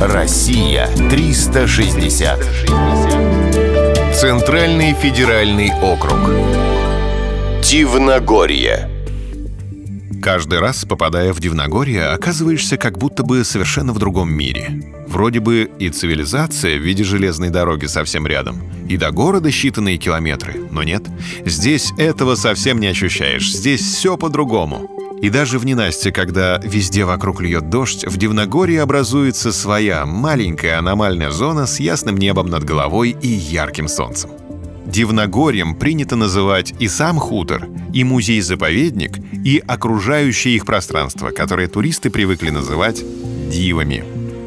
Россия 360. Центральный федеральный округ. Дивногорье. Каждый раз, попадая в Дивногорье, оказываешься как будто бы совершенно в другом мире. Вроде бы и цивилизация в виде железной дороги совсем рядом, и до города считанные километры, но нет. Здесь этого совсем не ощущаешь, здесь все по-другому. И даже в ненастье, когда везде вокруг льет дождь, в Дивногорье образуется своя маленькая аномальная зона с ясным небом над головой и ярким солнцем. Дивногорьем принято называть и сам хутор, и музей-заповедник, и окружающее их пространство, которое туристы привыкли называть дивами.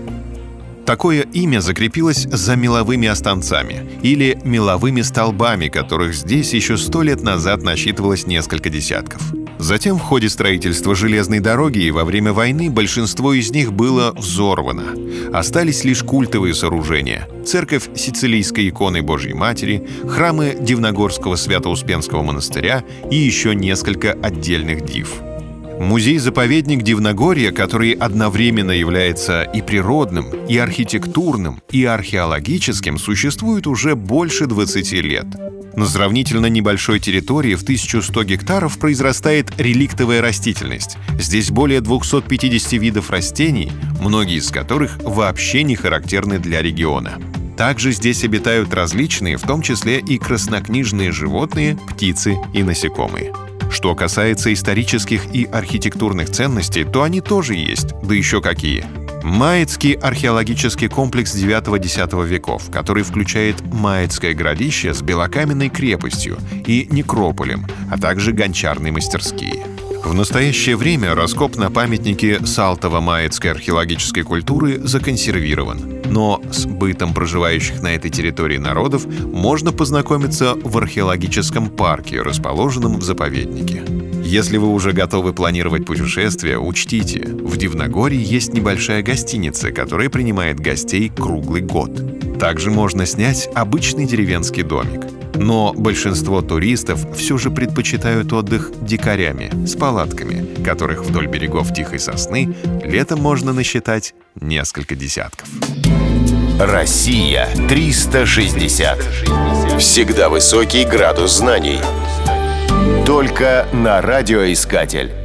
Такое имя закрепилось за меловыми останцами или меловыми столбами, которых здесь еще 100 лет назад насчитывалось несколько десятков. Затем в ходе строительства железной дороги и во время войны большинство из них было взорвано. Остались лишь культовые сооружения — церковь Сицилийской иконы Божьей Матери, храмы Дивногорского Свято-Успенского монастыря и еще несколько отдельных див. Музей-заповедник Дивногорья, который одновременно является и природным, и архитектурным, и археологическим, существует уже больше 20 лет. На сравнительно небольшой территории в 1100 гектаров произрастает реликтовая растительность. Здесь более 250 видов растений, многие из которых вообще не характерны для региона. Также здесь обитают различные, в том числе и краснокнижные животные, птицы и насекомые. Что касается исторических и архитектурных ценностей, то они тоже есть, да еще какие. Маецкий археологический комплекс IX-X веков, который включает Маецкое городище с белокаменной крепостью и некрополем, а также гончарные мастерские. В настоящее время раскоп на памятнике салтово-маецкой археологической культуры законсервирован. Но с бытом проживающих на этой территории народов можно познакомиться в археологическом парке, расположенном в заповеднике. Если вы уже готовы планировать путешествие, учтите, в Дивногорье есть небольшая гостиница, которая принимает гостей круглый год. Также можно снять обычный деревенский домик. Но большинство туристов все же предпочитают отдых дикарями, с палатками, которых вдоль берегов Тихой Сосны летом можно насчитать несколько десятков. Россия 360. Всегда высокий градус знаний. Только на радиоискатель.